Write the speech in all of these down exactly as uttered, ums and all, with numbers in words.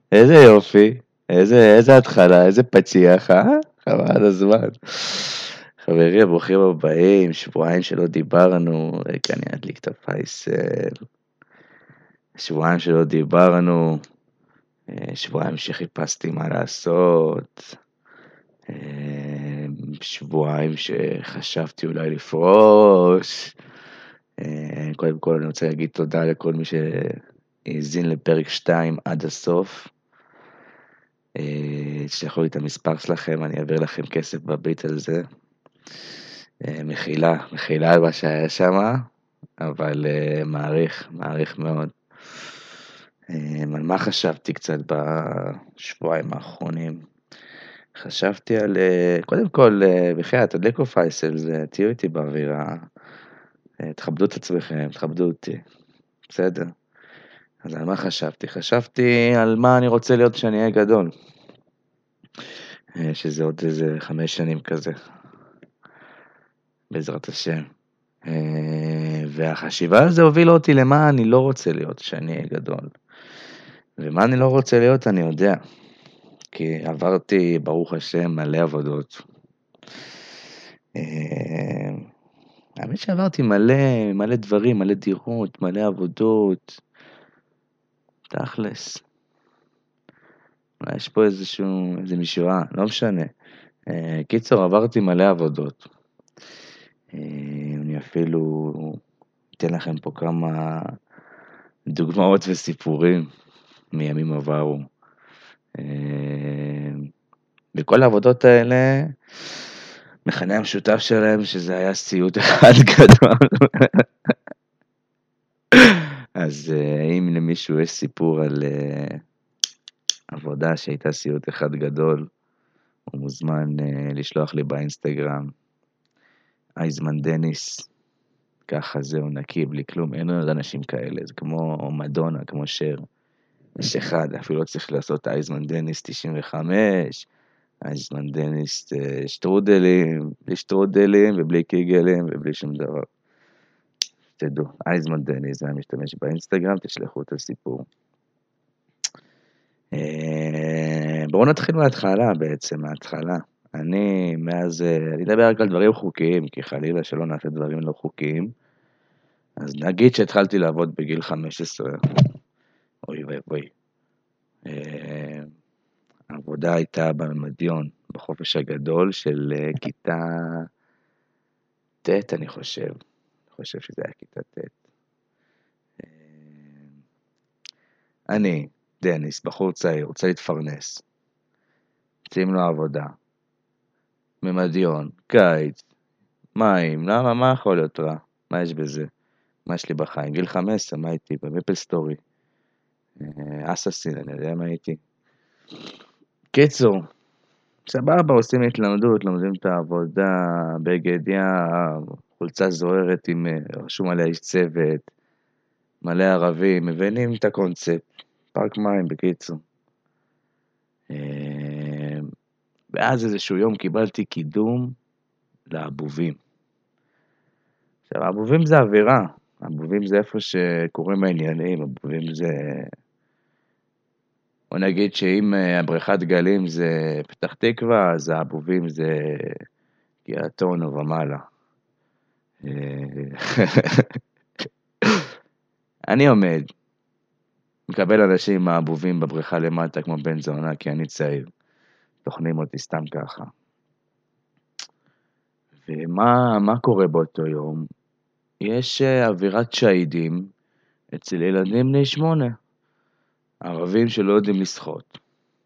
איזה יופי, איזה, איזה התחלה, איזה פציח, אה? חבל על הזמן. חברים, ברוכים הבאים, שבועיים שלא דיברנו, רגע, אני אדליק את הפייסל. שבועיים שלא דיברנו, אה, שבועיים שחיפשתי מה לעשות, אה, שבועיים שחשבתי אולי לפרוש. אה, קודם כל אני רוצה להגיד תודה לכל מי שהאזין לפרק שתיים עד הסוף. תשלחו לי את המספר שלכם, אני אעביר לכם כסף בביט על זה. מחילה, מחילה על מה שהיה שם, אבל מעריך, מעריך מאוד. על מה חשבתי קצת בשבועיים האחרונים? חשבתי על, קודם כל, בחיית, תדליקו פייסל, זה תהיו איתי באווירה, תכבדו את עצמכם, תכבדו אותי, בסדר? אז על מה חשבתי? חשבתי על מה אני רוצה להיות כשאני אהיה גדול. שזה עוד איזה חמש שנים כזה, בעזרת השם. והחשיבה הזו הובילה אותי למה אני לא רוצה להיות כשאני אהיה גדול. ומה אני לא רוצה להיות אני יודע, כי עברתי ברוך השם מלא עבודות. האמת שעברתי מלא, מלא דברים, מלא דירות, מלא עבודות, תכלס. יש פה איזשהו, איזה משוואה, לא משנה. קיצור, עברתי מלא עבודות. אני אפילו אתן לכם פה כמה דוגמאות וסיפורים מימים עברו. בכל העבודות האלה, מכנה המשותף שלהם שזה היה סיוט אחד גדול. אז אם למישהו יש סיפור על עבודה שהייתה סיוט אחד גדול, הוא מוזמן לשלוח לי באינסטגרם. אייזמן דניס, ככה זהו נקי, בלי כלום, אין עוד אנשים כאלה, זה כמו מדונה, כמו שר, יש אחד, אפילו לא צריך לעשות אייזמן דניס תשעים וחמש, אייזמן דניס שטרודלים, בלי שטרודלים ובלי קיגלים ובלי שום דבר, תדעו, אייזמן דניס, זה משתמש באינסטגרם, תשלחו את הסיפור. בואו נתחיל מההתחלה בעצם, מההתחלה. אני מאז, אני אדבר רק על דברים חוקיים, כי חלילה שלא נעשה דברים לא חוקיים. אז נגיד שהתחלתי לעבוד בגיל חמש עשרה. אוי ווי ווי. העבודה הייתה במדיון, בחופש הגדול של כיתה ט' אני חושב. אני חושב שזה היה כיתה ט'. אני, דניס, בחור צעיר, רוצה להתפרנס. מציעים לו עבודה. ממדיון, קיץ, מים, למה, מה יכול להיות רע? מה יש בזה? מה יש לי בחיים? גיל חמש עשרה, מה הייתי? במפל סטורי. אססין, אני יודע מה הייתי. קיצור, סבבה, עושים התלמדות, לומדים את העבודה, בגד ים, חולצה זוהרת עם רשום עליה איש צוות, מלא ערבים, מבינים את הקונספט, פארק מים בקיצור. ואז איזשהו יום קיבלתי קידום לאבובים. עכשיו, האבובים זה אווירה, האבובים זה איפה שקוראים העניינים, האבובים זה... בוא נגיד שאם הבריכת גלים זה פתח תקווה, אז האבובים זה געתון ומעלה. אני עומד, מקבל אנשים מהאבובים בבריכה למטה כמו בן זונה, כי אני צעיר. תוכנים אותי סתם ככה. ומה מה קורה באותו יום? יש אווירת שהידים אצל ילדים בני שמונה. ערבים שלא יודעים לשחות.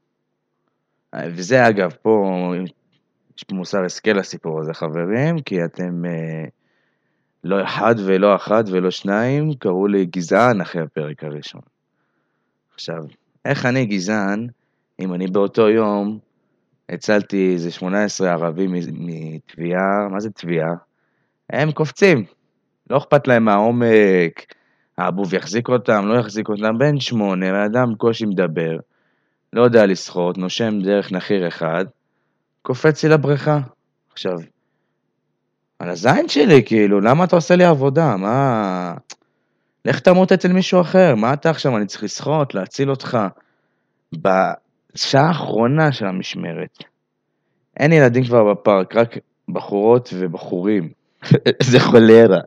וזה אגב, פה יש פה מוסר השכל לסיפור הזה חברים, כי אתם אה, לא אחד ולא אחת ולא שניים, קראו לי גזען אחרי הפרק הראשון. עכשיו, איך אני גזען, אם אני באותו יום הצלתי איזה שמונה עשרה ערבים מתביעה, מה זה תביעה? הם קופצים, לא אכפת להם מהעומק, האבוב יחזיק אותם, לא יחזיק אותם, בן שמונה, האדם קושי מדבר, לא יודע לשחות, נושם דרך נחיר אחד, קופץ לי לבריכה. עכשיו, על הזין שלי, כאילו, למה אתה עושה לי עבודה? מה... לך תמות אצל מישהו אחר, מה אתה עכשיו? אני צריך לשחות, להציל אותך. בשעה האחרונה של המשמרת, אין ילדים כבר בפארק, רק בחורות ובחורים. זה חולרה.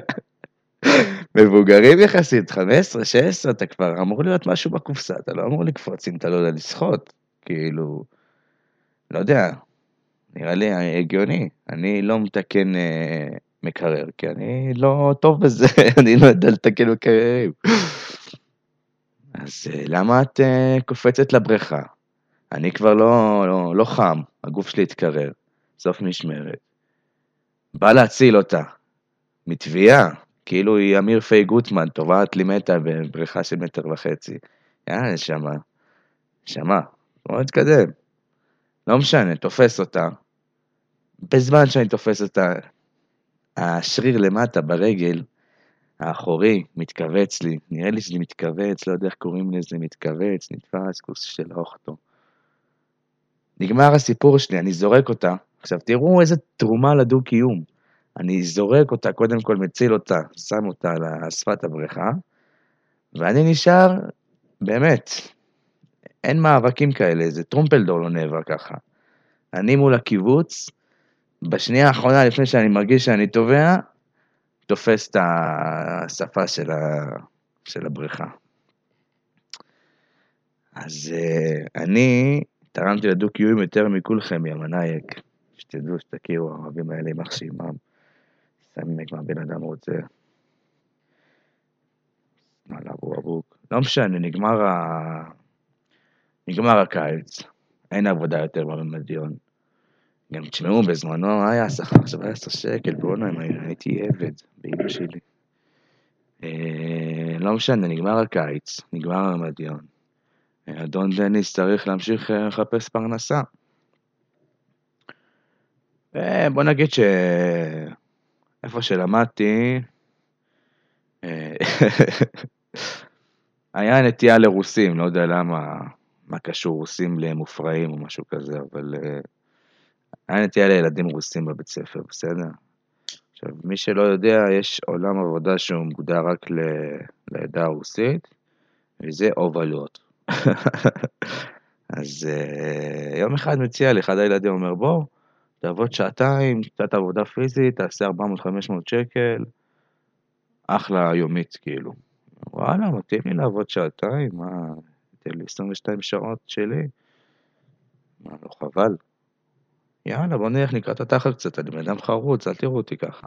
מבוגרים יחסית, חמש עשרה, שש עשרה, אתה כבר אמור להיות משהו בקופסה, אתה לא אמור לקפוץ אם אתה לא יודע לשחות. כאילו, לא יודע, נראה לי הגיוני. אני לא מתקן אה, מקרר, כי אני לא טוב בזה, אני לא יודע לתקן מקררים. אז אה, למה את אה, קופצת לבריכה? אני כבר לא, לא, לא חם, הגוף שלי התקרר, סוף משמרת. בא להציל אותה, מתביעה, כאילו היא אמיר פי גוטמן, טובעת לי מתה בבריכה של מטר וחצי. יאללה, נשמה, נשמה, בוא נתקדם. לא משנה, תופס אותה. בזמן שאני תופס אותה, השריר למטה ברגל, האחורי, מתכווץ לי. נראה לי שזה מתכווץ, לא יודע איך קוראים לזה, מתכווץ, נתפס, כוס של אוכטו. נגמר הסיפור שלי, אני זורק אותה. עכשיו תראו איזה תרומה לדו-קיום. אני זורק אותה, קודם כל מציל אותה, שם אותה על שפת הבריכה, ואני נשאר, באמת, אין מאבקים כאלה, זה טרומפלדור לא נאבק ככה. אני מול הקיבוץ, בשנייה האחרונה לפני שאני מרגיש שאני טובע, תופס את השפה של, ה... של הבריכה. אז uh, אני תרמתי לדו-קיום יותר מכולכם, יא מנאייק, שתדעו, שתכירו, הערבים האלה יימח שמם, סמק מה בן אדם רוצה. אבו אבוק. לא משנה, נגמר, ה... נגמר הקיץ, אין עבודה יותר במדיון. גם תשמעו, בזמנו היה השכר, עכשיו היה עשר שקל, בואו הייתי עבד באמא שלי. אה, לא משנה, נגמר הקיץ, נגמר המדיון. אדון דניס צריך להמשיך לחפש פרנסה. בוא נגיד שאיפה שלמדתי, היה נטייה לרוסים, לא יודע למה, מה קשור רוסים למופרעים או משהו כזה, אבל היה נטייה לילדים רוסים בבית ספר, בסדר? עכשיו, מי שלא יודע, יש עולם עבודה שהוא מוגדר רק לעדה הרוסית, וזה אובלות. אז יום אחד מציע לי, אחד הילדים אומר, בוא, תעבוד שעתיים, קצת עבודה פיזית, תעשה ארבע מאות חמש מאות שקל, אחלה יומית כאילו. וואלה, מתאים לי לעבוד שעתיים, מה, תן לי עשרים ושתיים שעות שלי, מה, לא חבל. יאללה, בוא נלך נקרא את התחת קצת, אני בן אדם חרוץ, אל תראו אותי ככה.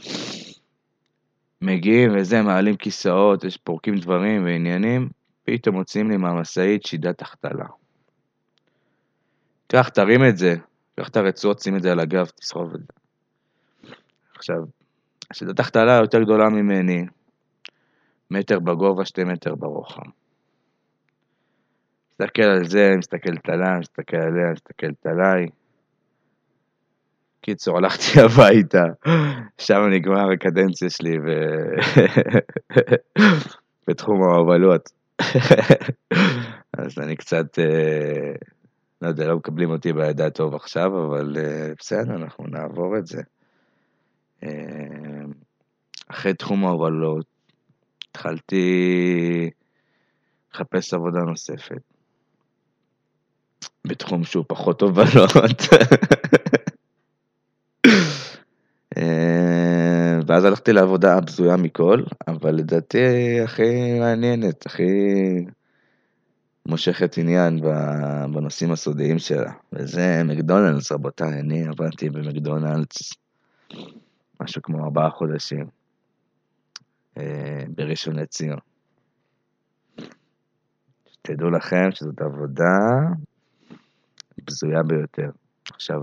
מגיעים וזה, מעלים כיסאות, יש פורקים דברים ועניינים, פתאום מוצאים לי מהמשאית שידת החתלה. קח, תרים את זה, קח את הרצועות, שים את זה על הגב, תסחוב את זה. עכשיו, שידת החתלה יותר גדולה ממני, מטר בגובה, שתי מטר ברוחב. מסתכל על זה, מסתכלת עליי, מסתכל עליה, מסתכלת עליי. קיצור, הלכתי הביתה, שם נגמר הקדנציה שלי ב... בתחום ההובלות. אז אני קצת, לא יודע, לא מקבלים אותי בידע טוב עכשיו, אבל בסדר, אנחנו נעבור את זה. אחרי תחום ההובלות, התחלתי לחפש עבודה נוספת, בתחום שהוא פחות הובלות. ואז הלכתי לעבודה הבזויה מכל, אבל לדעתי הכי מעניינת, הכי מושכת עניין בנושאים הסודיים שלה. וזה מקדונלדס, רבותיי, אני עבדתי במקדונלדס משהו כמו ארבעה חודשים, בראשון לציון. שתדעו לכם שזאת עבודה בזויה ביותר. עכשיו,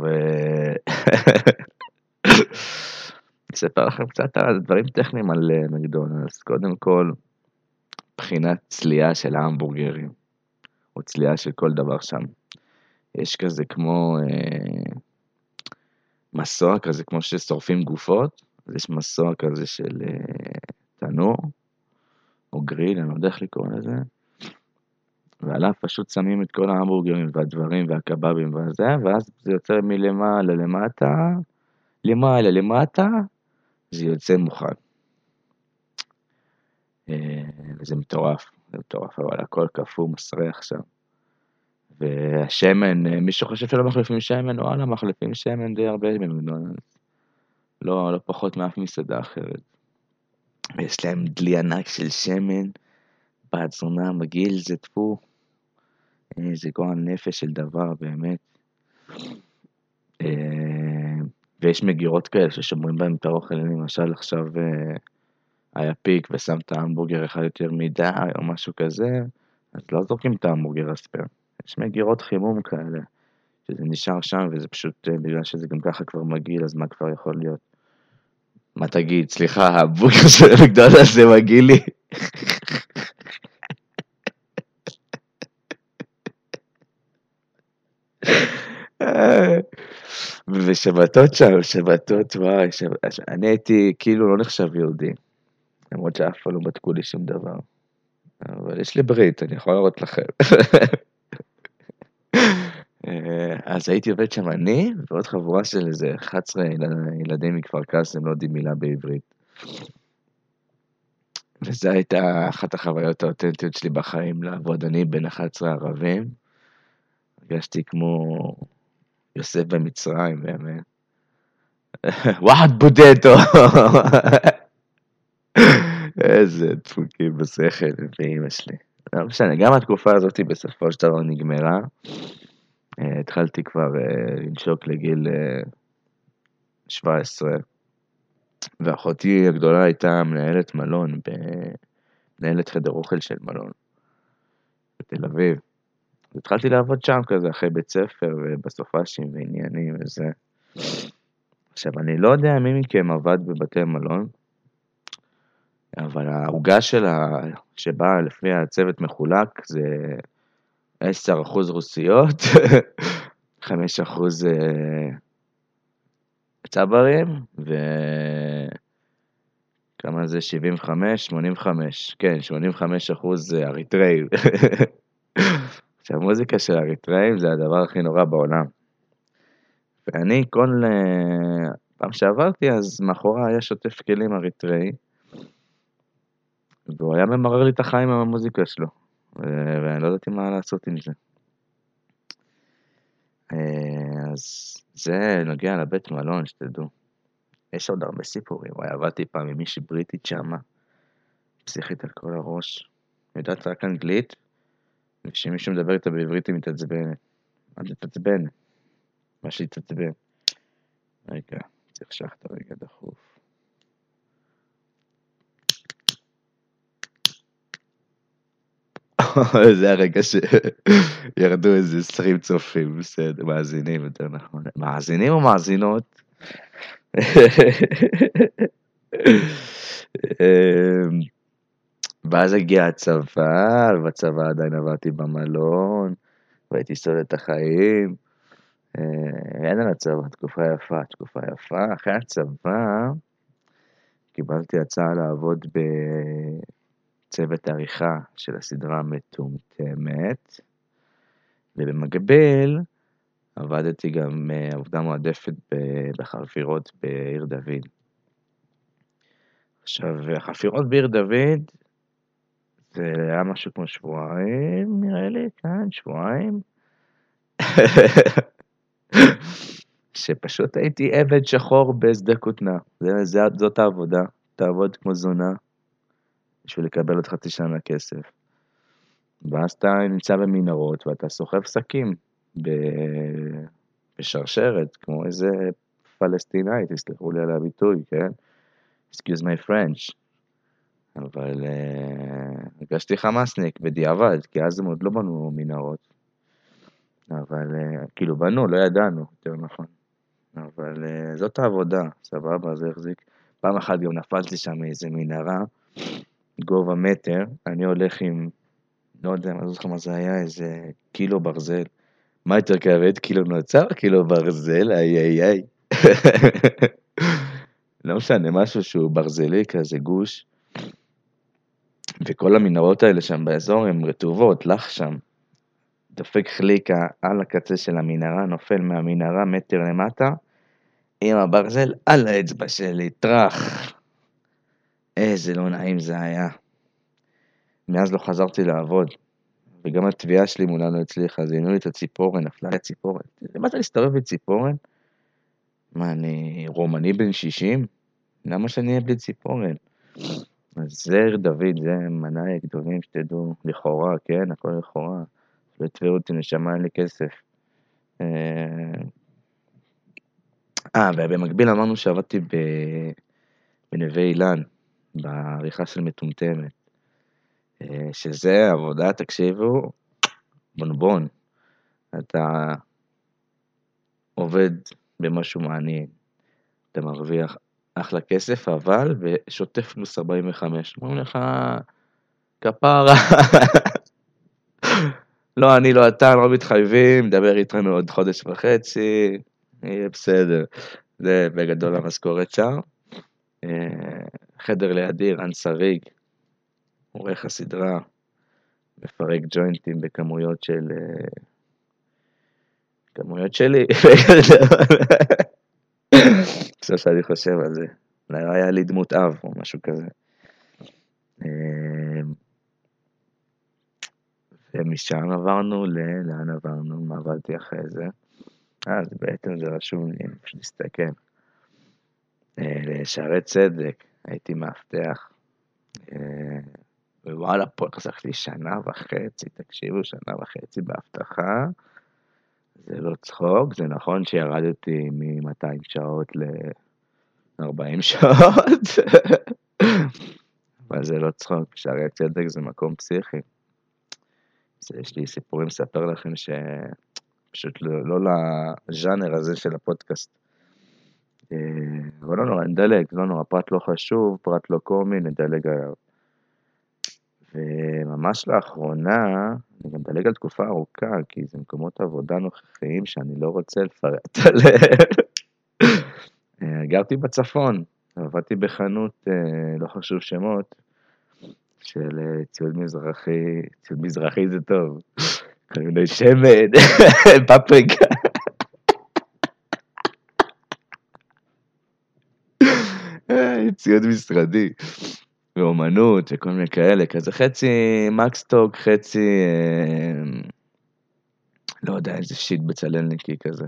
אספר לכם קצת על דברים טכניים על מקדונלדס. קודם כל, בחינת צלייה של ההמבורגרים, או צלייה של כל דבר שם. יש כזה כמו אה, מסוע כזה, כמו ששורפים גופות, אז יש מסוע כזה של אה, תנור, או גריל, אני לא יודע איך לקרוא לזה, ועליו פשוט שמים את כל ההמבורגרים והדברים והקבבים והזה, ואז זה יוצא מלמעלה למטה, למעלה למטה, זה יוצא מוכן. וזה מטורף, זה מטורף, אבל הכל קפוא, מסריח שם. והשמן, מישהו חושב שלא מחליפים שמן, וואלה, מחליפים שמן די הרבה במקדונלדס. לא, לא פחות מאף מסעדה אחרת. ויש להם דלי ענק של שמן, בת זונה, מגעיל, זה טפו. זה גועל נפש של דבר, באמת. ויש מגירות כאלה ששומרים בהם את האוכל, למשל עכשיו היה פיק ושם את ההמבורגר אחד יותר מדי או משהו כזה, אז לא זורקים את ההמבורגר הספייר. יש מגירות חימום כאלה, שזה נשאר שם וזה פשוט בגלל שזה גם ככה כבר מגעיל, אז מה כבר יכול להיות? מה תגיד? סליחה, ההמבורגר של מקדונלדס זה מגעיל לי? ושבתות שם, שבתות, וואי, שב... אני הייתי כאילו לא נחשב יהודי, למרות שאף פעם לא בדקו לי שום דבר, אבל יש לי ברית, אני יכול לראות לכם. אז הייתי עובד שם אני, ועוד חבורה של איזה אחת עשרה ילדים מכפר קאסם, לא יודעים מילה בעברית. וזו הייתה אחת החוויות האותנטיות שלי בחיים, לעבוד אני בין אחת עשרה ערבים. הרגשתי כמו יוסף במצרים, באמת. וואחד בודדו. איזה דפוקים בשכל, ואמא שלי. לא משנה, גם התקופה הזאת בסופו של דבר נגמרה. התחלתי כבר לנשוק לגיל שבע עשרה, ואחותי הגדולה הייתה מנהלת מלון, מנהלת חדר אוכל של מלון, בתל אביב. התחלתי לעבוד שם כזה, אחרי בית ספר, ובסופשים ועניינים וזה. עכשיו, אני לא יודע מי מכם עבד בבתי מלון, אבל העוגה שלה, שבאה לפי הצוות מחולק, זה עשרה אחוז רוסיות, חמישה אחוז צברים, וכמה זה? שבעים וחמש, שמונים וחמש, כן, שמונים וחמש אחוז אריתראים. עכשיו, מוזיקה של אריתראים זה הדבר הכי נורא בעולם. ואני, כל פעם שעברתי, אז מאחורה היה שוטף כלים אריתראי, והוא היה ממרר לי את החיים עם המוזיקה שלו, ואני לא ידעתי מה לעשות עם זה. אז זה נוגע לבית מלון, שתדעו. יש עוד הרבה סיפורים, עבדתי פעם עם מישהי בריטית שמה, פסיכית על כל הראש, יודעת רק אנגלית, וכשמישהו מדבר איתה בעברית היא מתעצבנת. מה תתעצבן? מה שהתעצבן. רגע, צריך שחת רגע דחוף. זה הרגע שירדו איזה עשרים צופים, בסדר, מאזינים יותר נכון. מאזינים או מאזינות? ואז הגיע הצבא, ובצבא עדיין עבדתי במלון, והייתי סוד את החיים. אין על הצבא, תקופה יפה, תקופה יפה. אחרי הצבא, קיבלתי הצעה לעבוד בצוות עריכה של הסדרה מטומטמת, ובמקביל עבדתי גם עבודה מועדפת בחפירות בעיר דוד. עכשיו, החפירות בעיר דוד, זה היה משהו כמו שבועיים, נראה לי, כאן, שבועיים. שפשוט הייתי עבד שחור בשדה כותנה. זאת העבודה. תעבוד כמו זונה, בשביל לקבל עוד חצי שנה כסף. ואז אתה נמצא במנהרות, ואתה סוחב שקים בשרשרת, כמו איזה פלסטינאי, תסלחו לי על הביטוי, כן? Excuse my French. אבל הרגשתי חמאסניק בדיעבד, כי אז הם עוד לא בנו מנהרות. אבל כאילו בנו, לא ידענו, יותר נכון. אבל זאת העבודה, סבבה, זה החזיק. פעם אחת גם נפלתי שם איזה מנהרה, גובה מטר, אני הולך עם, לא יודע, לא זוכר מה זה היה, איזה קילו ברזל. מה יותר כבד? קילו נוצר? קילו ברזל? איי איי איי. לא משנה, משהו שהוא ברזלי, כזה גוש. וכל המנהרות האלה שם באזור הן רטובות, לך שם. דופק חליקה על הקצה של המנהרה, נופל מהמנהרה מטר למטה, עם הברזל על האצבע שלי, טרח. איזה לא נעים זה היה. מאז לא חזרתי לעבוד, וגם התביעה שלי מולה לא הצליחה, אז עינו לי את הציפורן, נפלה לי הציפורן. למה אתה להסתובב בציפורן? מה, אני רומני בן שישים? למה שאני אהיה בלי ציפורן? אז זר דוד, זה מנהי גדולים שתדעו, לכאורה, כן, הכל לכאורה. לא תביאו אותי, נשמה, אין לי כסף. אה, ובמקביל אמרנו שעבדתי ב... בנווה אילן, בעריכה של מטומטמת. שזה עבודה, תקשיבו, בונבון. אתה עובד במשהו מעניין, אתה מרוויח אחלה כסף, אבל בשוטף פלוס ארבעים וחמש. אומרים לך, כפרה, לא, אני לא אתה, לא מתחייבים, דבר איתנו עוד חודש וחצי, יהיה בסדר. זה בגדול המשכורת שם. חדר לידי, רן שריג, עורך הסדרה, מפרק ג'וינטים בכמויות של... כמויות שלי. עכשיו שאני חושב על זה. אולי היה לי דמות אב או משהו כזה. ומשם עברנו ל... לאן עברנו? מה עבדתי אחרי זה? אז בעצם זה רשום לי, אני פשוט להסתכל. לשערי צדק, הייתי מאבטח. ווואלה, פה חסך לי שנה וחצי, תקשיבו, שנה וחצי באבטחה. זה לא צחוק, זה נכון שירדתי מ-מאתיים שעות ל-ארבעים שעות. אבל זה לא צחוק, שערי צדק זה מקום פסיכי. יש לי סיפורים לספר לכם שפשוט לא, לא לז'אנר הזה של הפודקאסט. אבל לא נורא, נדלג, לא נורא, פרט לא חשוב, פרט לא קומי, נדלג עליו. וממש לאחרונה, אני גם נדלג על תקופה ארוכה, כי זה מקומות עבודה נוכחיים שאני לא רוצה לפרט עליהם. גרתי בצפון, עבדתי בחנות, לא חשוב שמות, של ציוד מזרחי, ציוד מזרחי זה טוב, כל מיני שמן, פפריקה. ציוד משרדי, ואומנות וכל מיני כאלה, כזה חצי מקסטוק, חצי, לא יודע, איזה שיט בצללניקי כזה.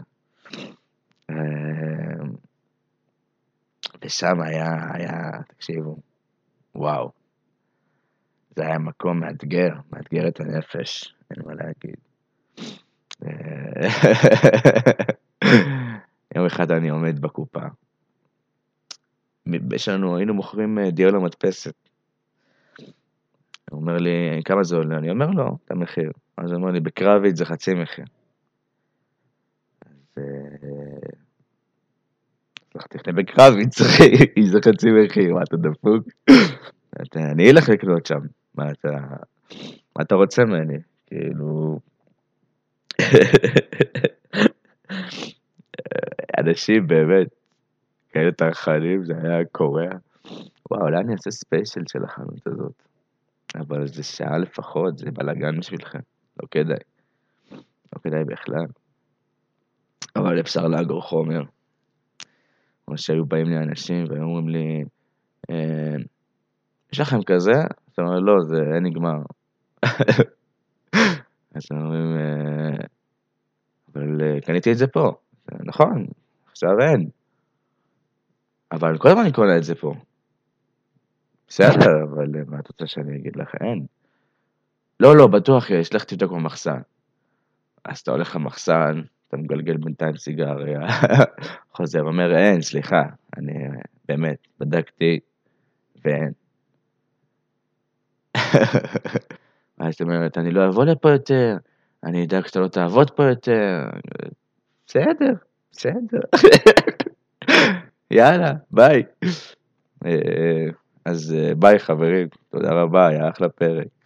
ושם היה, היה, תקשיבו, וואו. זה היה מקום מאתגר, מאתגר את הנפש, אין מה להגיד. יום אחד אני עומד בקופה. בשנו, היינו מוכרים דיור למדפסת. הוא אומר לי, כמה זה עולה? אני אומר לו, את המחיר. אז הוא אומר לי, בקרבית זה חצי מחיר. אז... הלכתי בקרבית, זה חצי מחיר, מה אתה דפוק? אני אלך לקנות שם. מה אתה, מה אתה רוצה ממני? כאילו... אנשים באמת, כאלה תרחנים, זה היה קורע. וואו, אולי אני אעשה ספיישל של החנות הזאת. אבל זה שעה לפחות, זה בלגן בשבילכם. לא כדאי. לא כדאי בכלל. אבל אפשר לאגור חומר. כמו שהיו באים לי אנשים והיו אומרים לי, יש לכם כזה? אתה אומר, לא, זה אין נגמר. אז אומרים, אבל קניתי את זה פה. נכון, עכשיו אין. אבל כל הזמן אני קונה את זה פה. בסדר, אבל מה את רוצה שאני אגיד לך? אין. לא, לא, בטוח יש, לך תבדוק במחסן. אז אתה הולך למחסן, אתה מגלגל בינתיים סיגריה, חוזר, אומר, אין, סליחה, אני באמת בדקתי, ואין. אז אתה אומרת, אני לא אבוא לפה יותר, אני אדאג שאתה לא תעבוד פה יותר, בסדר, בסדר. יאללה, ביי. אז ביי חברים, תודה רבה, היה אחלה פרק.